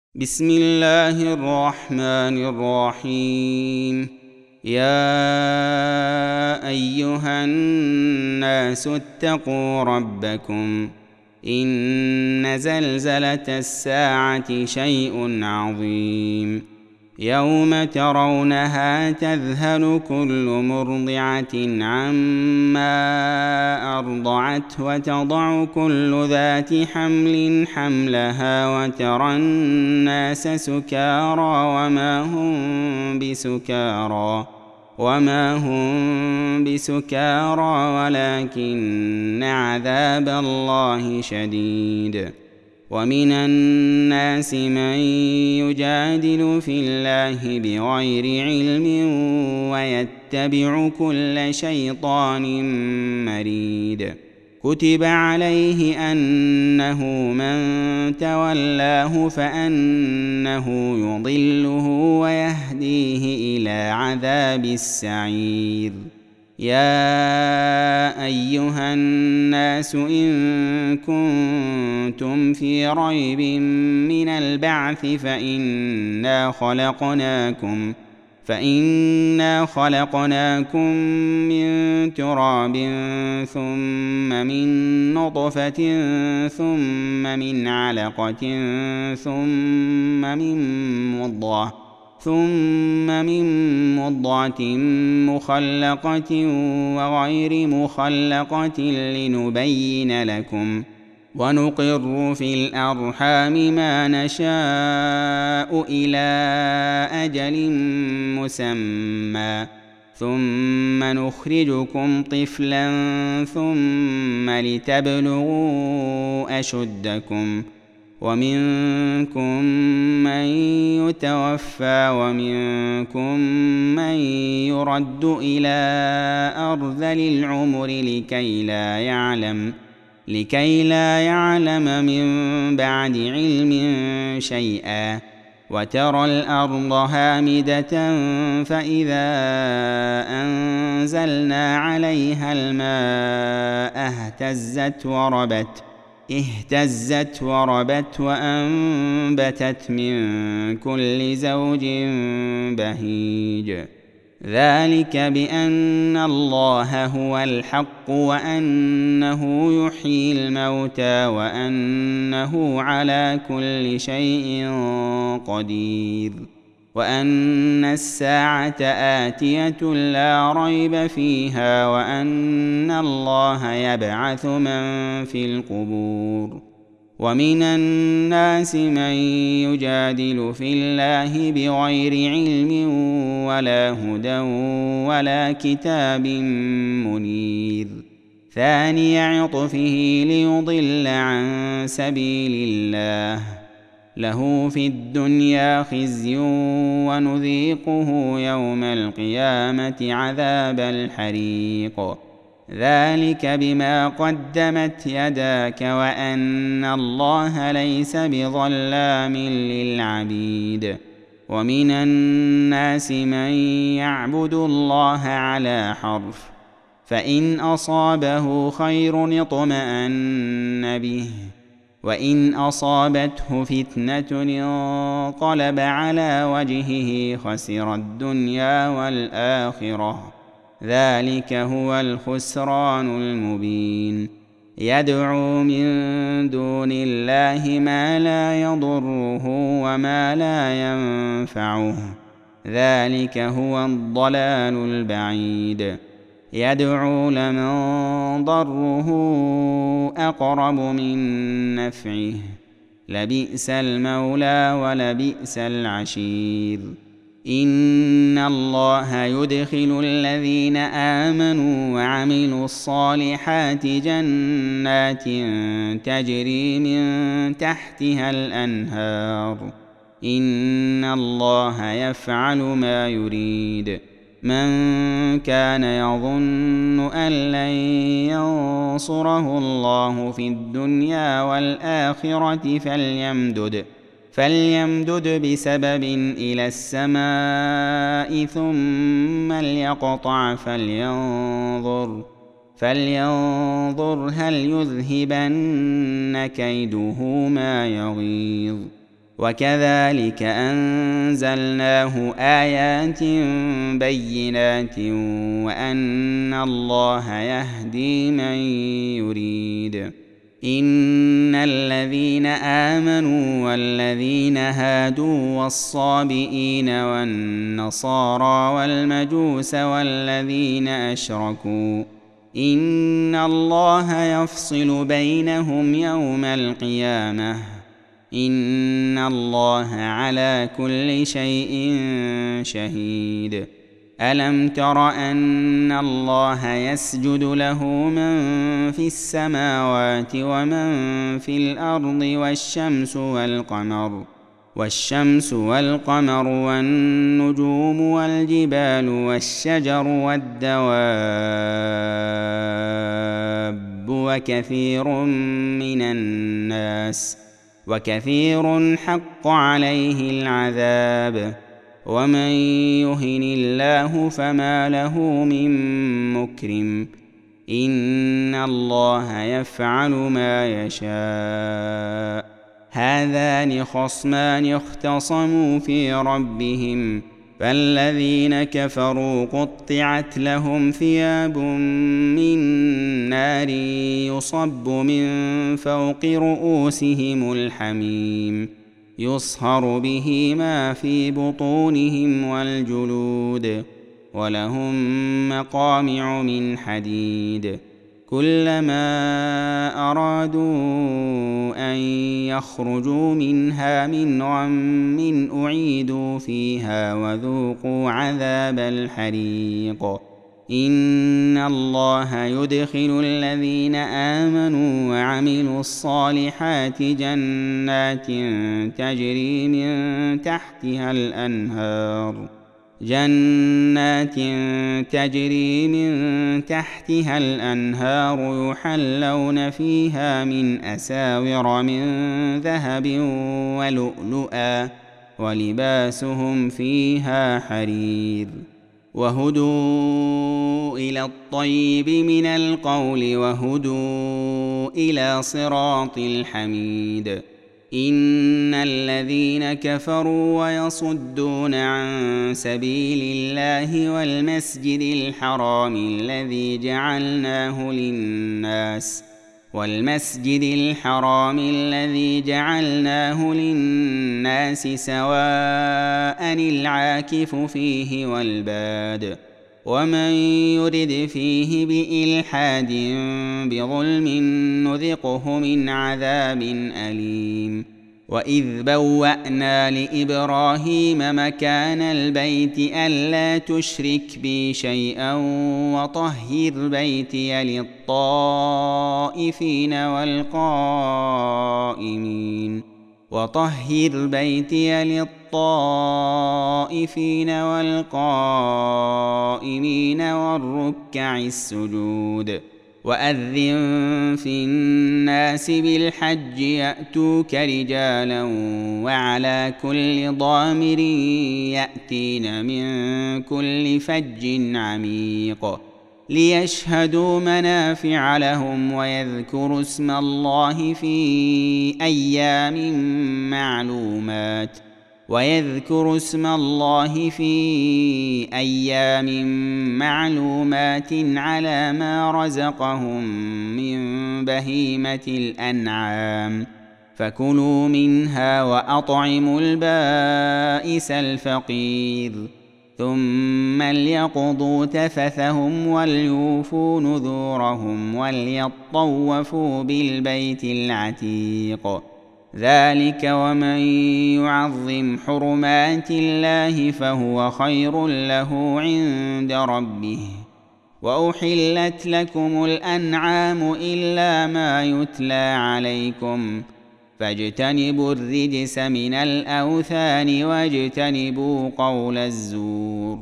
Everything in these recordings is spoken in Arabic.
بسم الله الرحمن الرحيم. يا أيها الناس اتقوا ربكم إن زلزلة الساعة شيء عظيم يوم ترونها تذهل كل مرضعة عما أرضعت وتضع كل ذات حمل حملها وترى الناس سكارى وما هم بسكارى ولكن عذاب الله شديد. ومن الناس من يجادل في الله بغير علم ويتبع كل شيطان مريد. كتب عليه أنه من تولاه فأنه يضله ويهديه إلى عذاب السعير. يا أيها الناس إن كنتم في ريب من البعث فإنا خلقناكم من تراب ثم من نطفة ثم من علقة ثم من مضغة مخلقة وغير مخلقة لنبين لكم ونقر في الأرحام ما نشاء إلى أجل مسمى ثم نخرجكم طفلا ثم لتبلغوا أشدكم ومنكم من يتوفى ومنكم من يرد إلى أرذل العمر لكي لا يعلم من بعد علم شيئا. وترى الأرض هامدة فإذا أنزلنا عليها الماء اهتزت وربت وأنبتت من كل زوج بهيج. ذلك بأن الله هو الحق وأنه يحيي الموتى وأنه على كل شيء قدير وأن الساعة آتية لا ريب فيها وأن الله يبعث من في القبور. ومن الناس من يجادل في الله بغير علم ولا هدى ولا كتاب منير. ثاني عطفه ليضل عن سبيل الله له في الدنيا خزي ونذيقه يوم القيامة عذاب الحريق. ذلك بما قدمت يداك وأن الله ليس بظلام للعبيد. ومن الناس من يعبد الله على حرف فإن أصابه خير اطمأن به وإن أصابته فتنة انقلب على وجهه خسر الدنيا والآخرة. ذلك هو الخسران المبين. يدعو من دون الله ما لا يضره وما لا ينفعه. ذلك هو الضلال البعيد. يدعو لمن ضره أقرب من نفعه. لبئس المولى ولبئس العشير. إن الله يدخل الذين آمنوا وعملوا الصالحات جنات تجري من تحتها الأنهار. إن الله يفعل ما يريد. من كان يظن أن لن ينصره الله في الدنيا والآخرة فليمدد بسبب إلى السماء ثم ليقطع فلينظر هل يذهبن كيده ما يغيظ. وكذلك أنزلناه آيات بينات وأن الله يهدي من يريد. إن الذين آمنوا والذين هادوا والصابئين والنصارى والمجوس والذين أشركوا إن الله يفصل بينهم يوم القيامة إن الله على كل شيء شهيد. ألم تر أن الله يسجد له من في السماوات ومن في الأرض والشمس والقمر والنجوم والجبال والشجر والدواب وكثير حق عليه العذاب ومن يهن الله فما له من مكرم إن الله يفعل ما يشاء. هذان خصمان اختصموا في ربهم فالذين كفروا قطعت لهم ثياب من نار يصب من فوق رؤوسهم الحميم يصهر به ما في بطونهم والجلود ولهم مقامع من حديد كلما أرادوا أن يخرجوا منها من غم أعيدوا فيها وذوقوا عذاب الحريق. إن الله يدخل الذين آمنوا وعملوا الصالحات جنات تجري من تحتها الأنهار يحلون فيها من أساور من ذهب ولؤلؤا ولباسهم فيها حرير وهدوا إلى الطيب من القول وهدوا إلى صراط الحميد. إن الذين كفروا ويصدون عن سبيل الله والمسجد الحرام الذي جعلناه للناس سواء العاكف فيه والباد ومن يرد فيه بإلحاد بظلم نذقه من عذاب أليم. وإذ بوأنا لإبراهيم مكان البيت ألا تشرك بي شيئا وطهر بيتي للطائفين والقائمين والركع السجود. وأذن في الناس بالحج يأتوك رجالا وعلى كل ضامر يأتين من كل فج عميق ليشهدوا منافع لهم ويذكروا اسم الله في أيام معلومات على ما رزقهم من بهيمة الأنعام فكلوا منها وأطعموا البائس الفقير ثم ليقضوا تفثهم وليوفوا نذورهم وليطوفوا بالبيت العتيق. ذلك ومن يعظم حرمات الله فهو خير له عند ربه. وأحلت لكم الأنعام إلا ما يتلى عليكم فاجتنبوا الرجس من الأوثان واجتنبوا قول الزور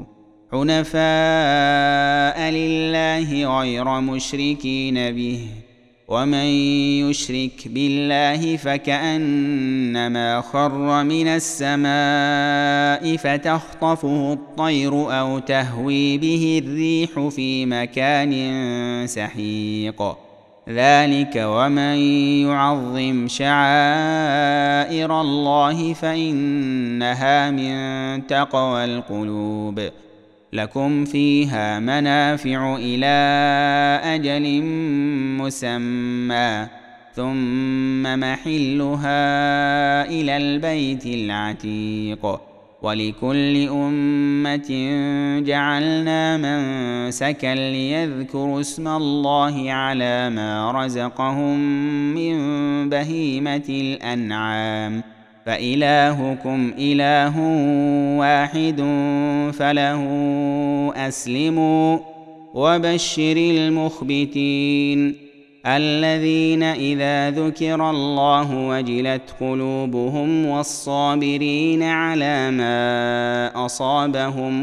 حنفاء لله غير مشركين به ومن يشرك بالله فكأنما خر من السماء فتخطفه الطير أو تهوي به الريح في مكان سحيق. ذلك ومن يعظم شعائر الله فإنها من تقوى القلوب. لكم فيها منافع إلى أجل مسمى ثم محلها إلى البيت العتيق. ولكل أمة جعلنا منسكا ليذكروا اسم الله على ما رزقهم من بهيمة الأنعام فإلهكم إله واحد فله أسلموا. وبشر المخبتين الذين إذا ذكر الله وجلت قلوبهم والصابرين على ما أصابهم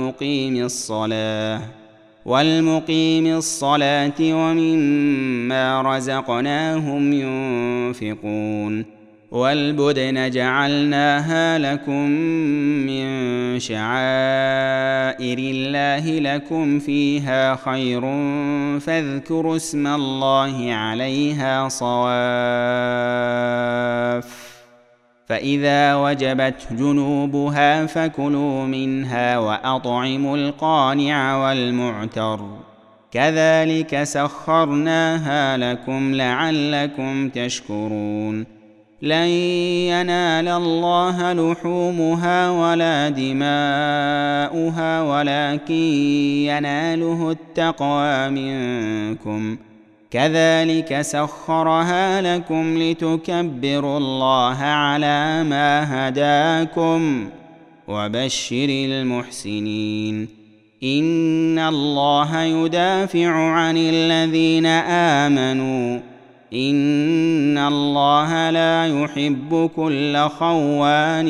والمقيم الصلاة ومما رزقناهم ينفقون. والبدن جعلناها لكم من شعائر الله لكم فيها خير فاذكروا اسم الله عليها صواف. فإذا وجبت جنوبها فكلوا منها وأطعموا القانع والمعتر كذلك سخرناها لكم لعلكم تشكرون. لن ينال الله لحومها ولا دماؤها ولكن يناله التقوى منكم كذلك سخرها لكم لتكبروا الله على ما هداكم. وبشر المحسنين إن الله يدافع عن الذين آمنوا إن الله لا يحب كل خوان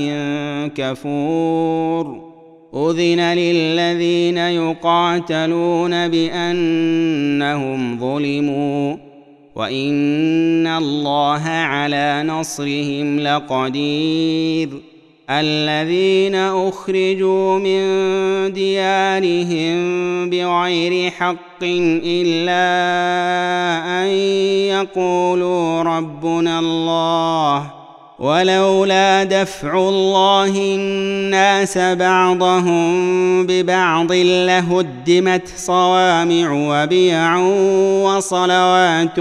كفور. أذن للذين يقاتلون بأنهم ظلموا وإن الله على نصرهم لقدير. الذين أخرجوا من ديارهم بغير حق إلا أن يقولوا ربنا الله ولولا دفع الله الناس بعضهم ببعض لهدمت صوامع وبيع وصلوات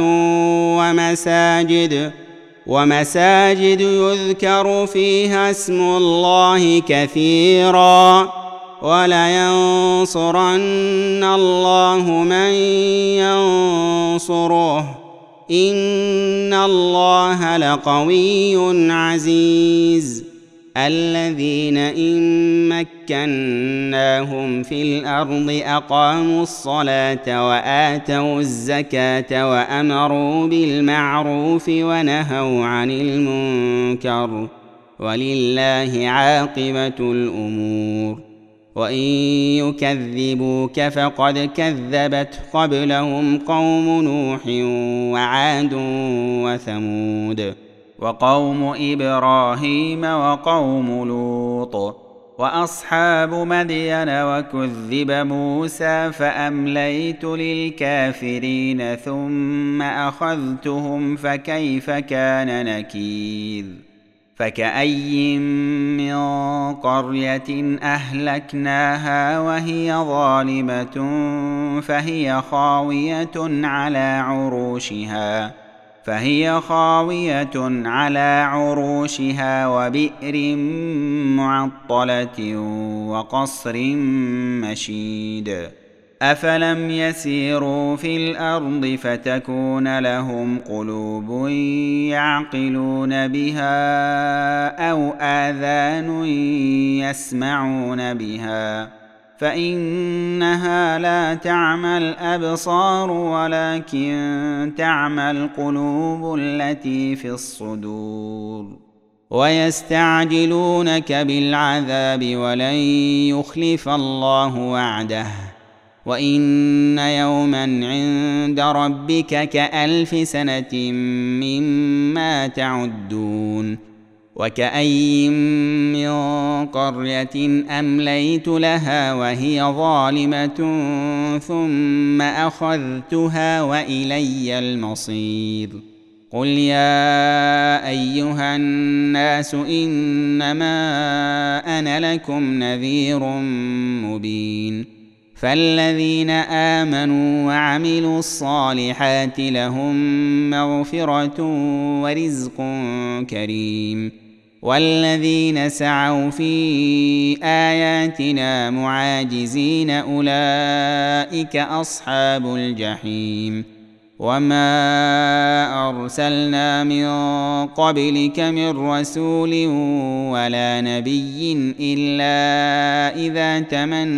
ومساجد يذكر فيها اسم الله كثيرا ولينصرن الله من ينصره إن الله لقوي عزيز. الذين إن مكناهم في الأرض أقاموا الصلاة وآتوا الزكاة وأمروا بالمعروف ونهوا عن المنكر ولله عاقبة الأمور. وإن يكذبوك فقد كذبت قبلهم قوم نوح وعاد وثمود وقوم إبراهيم وقوم لوط وأصحاب مدين وكذب موسى فأمليت للكافرين ثم أخذتهم فكيف كان نكير. فكأي من قرية أهلكناها وهي ظالمة فهي خاوية على عروشها وبئر معطلة وقصر مشيد. أفلم يسيروا في الأرض فتكون لهم قلوب يعقلون بها أو آذان يسمعون بها فإنها لا تعمى الأبصار ولكن تعمى القلوب التي في الصدور. ويستعجلونك بالعذاب ولن يخلف الله وعده وإن يوما عند ربك كألف سنة مما تعدون. وكأين من قرية أمليت لها وهي ظالمة ثم أخذتها وإلي المصير. قل يا أيها الناس إنما أنا لكم نذير مبين. فالذين آمنوا وعملوا الصالحات لهم مغفرة ورزق كريم، والذين سعوا في آياتنا معاجزين أولئك أصحاب الجحيم. وما أرسلنا من قبلك من رسول ولا نبي إلا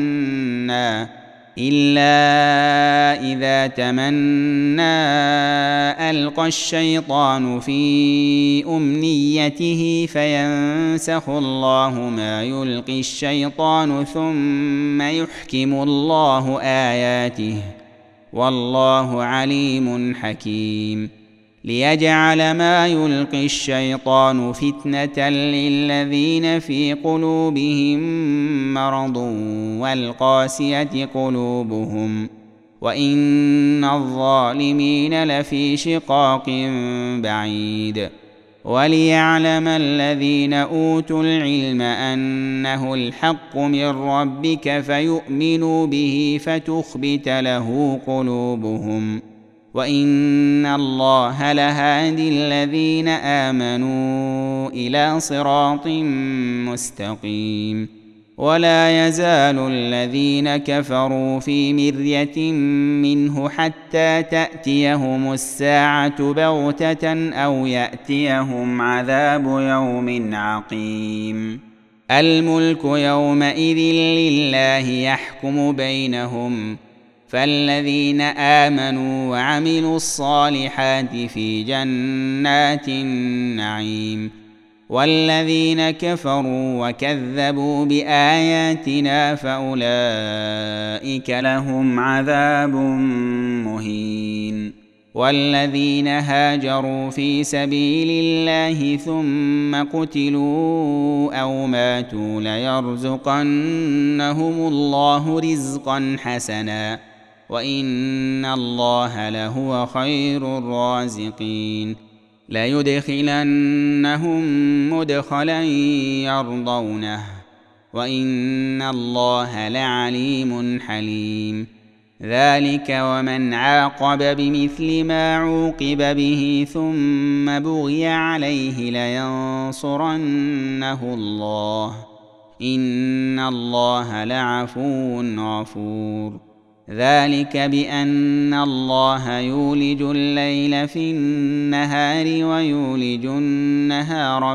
إذا تمنى ألقى الشيطان في أمنيته فينسخ الله ما يلقي الشيطان ثم يحكم الله آياته، والله عليم حكيم. ليجعل ما يلقي الشيطان فتنة للذين في قلوبهم مرض والقاسية قلوبهم، وإن الظالمين لفي شقاق بعيد. وليعلم الذين أوتوا العلم أنه الحق من ربك فيؤمنوا به فتخبت له قلوبهم، وإن الله لهادي الذين آمنوا إلى صراط مستقيم. ولا يزال الذين كفروا في مرية منه حتى تأتيهم الساعة بغتة أو يأتيهم عذاب يوم عقيم. الملك يومئذ لله يحكم بينهم، فالذين آمنوا وعملوا الصالحات في جنات النعيم، والذين كفروا وكذبوا بآياتنا فأولئك لهم عذاب مهين. والذين هاجروا في سبيل الله ثم قتلوا أو ماتوا ليرزقنهم الله رزقا حسنا، وإن الله لهو خير الرازقين. ليدخلنهم مدخلا يرضونه، وإن الله لعليم حليم. ذلك ومن عاقب بمثل ما عوقب به ثم بغي عليه لينصرنه الله، إن الله لعفو غفور. ذلك بأن الله يولج الليل في النهار ويولج النهار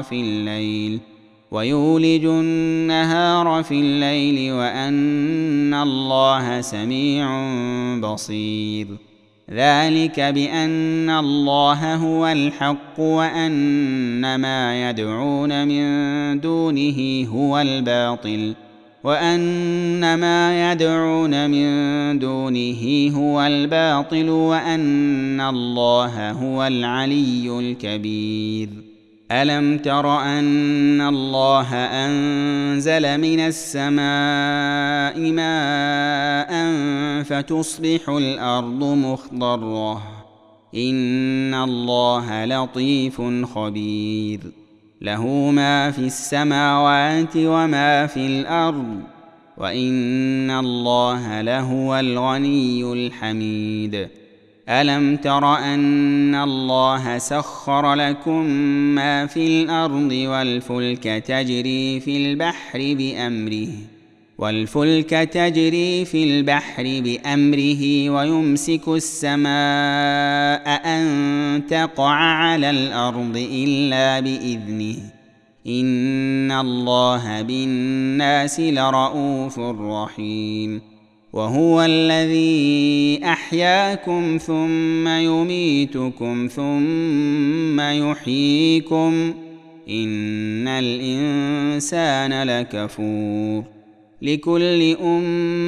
في الليل وأن الله سميع بصير. ذلك بأن الله هو الحق وأن ما يدعون من دونه هو الباطل وأن الله هو العلي الكبير. ألم تر أن الله أنزل من السماء ماء فتصبح الأرض مخضرة، إن الله لطيف خبير. له ما في السماوات وما في الأرض، وإن الله لهو الغني الحميد. ألم تر أن الله سخر لكم ما في الأرض والفلك تجري في البحر بأمره ويمسك السماء أن تقع على الأرض إلا بإذنه، إن الله بالناس لرءوف رحيم. وهو الذي أحياكم ثم يميتكم ثم يحييكم، إن الإنسان لكفور. لكل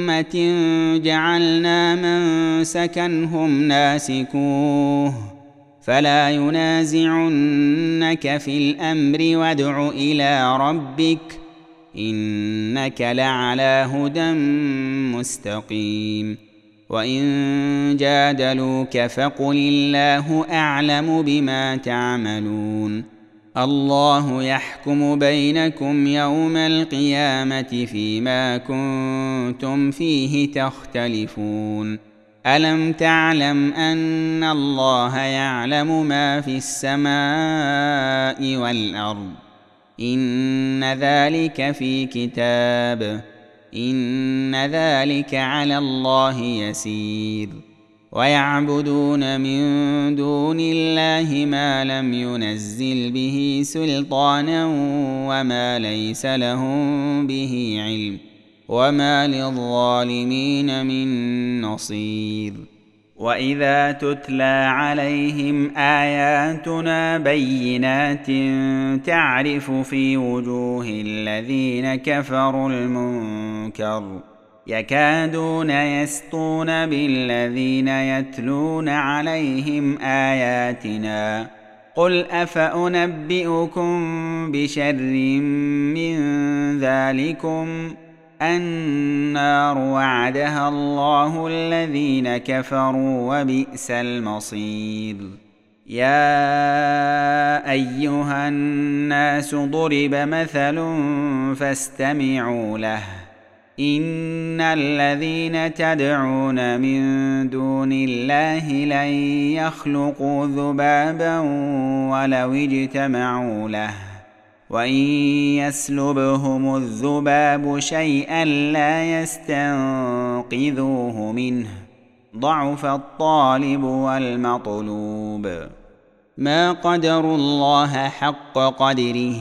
أمة جعلنا منسكا هم ناسكوه، فلا ينازعنك في الامر وادع الى ربك انك لعلى هدى مستقيم. وان جادلوك فقل الله اعلم بما تعملون الله يحكم بينكم يوم القيامه فيما كنتم فيه تختلفون. الم تعلم ان الله يعلم ما في السماء والارض ان ذلك في كتاب ان ذلك على الله يسير. ويعبدون من دون الله ما لم ينزل به سلطانا وما ليس لهم به علم وما للظالمين من نصير. واذا تتلى عليهم اياتنا بينات تعرف في وجوه الذين كفروا المنكر يكادون يسطون بالذين يتلون عليهم اياتنا قل افانبئكم بشر من ذلكم النار وعدها الله الذين كفروا وبئس المصير. يا ايها الناس ضرب مثل فاستمعوا له ان الذين تدعون من دون الله لن يخلقوا ذبابا ولو اجتمعوا له وان يسلبهم الذباب شيئا لا يستنقذوه منه ضعف الطالب والمطلوب. ما قدروا الله حق قدره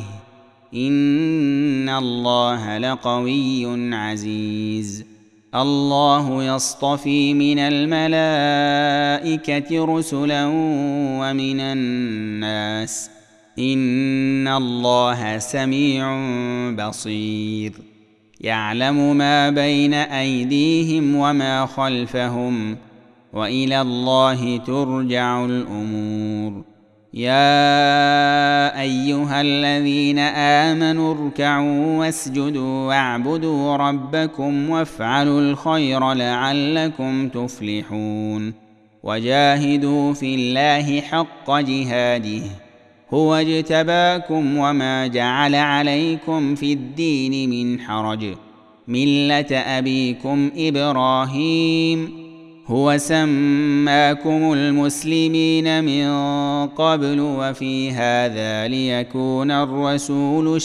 ان الله لقوي عزيز. الله يصطفي من الملائكه رسلا ومن الناس ان الله سميع بصير. يعلم ما بين ايديهم وما خلفهم والى الله ترجع الامور. يا ايها الذين امنوا اركعوا واسجدوا واعبدوا ربكم وافعلوا الخير لعلكم تفلحون. وجاهدوا في الله حق جهاده هو اجتباكم وما جعل عليكم في الدين من حرج مله ابيكم ابراهيم هو سماكم المسلمين من قبل وفي هذا ليكون الرسول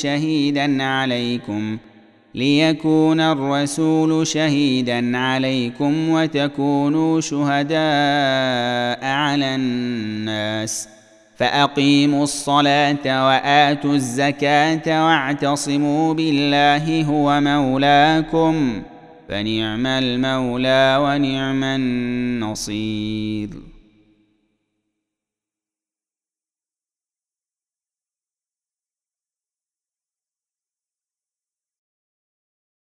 شهيدا عليكم وتكونوا شهداء على الناس فاقيموا الصلاه واتوا الزكاه واعتصموا بالله هو مولاكم فنعم المولى ونعم النصير.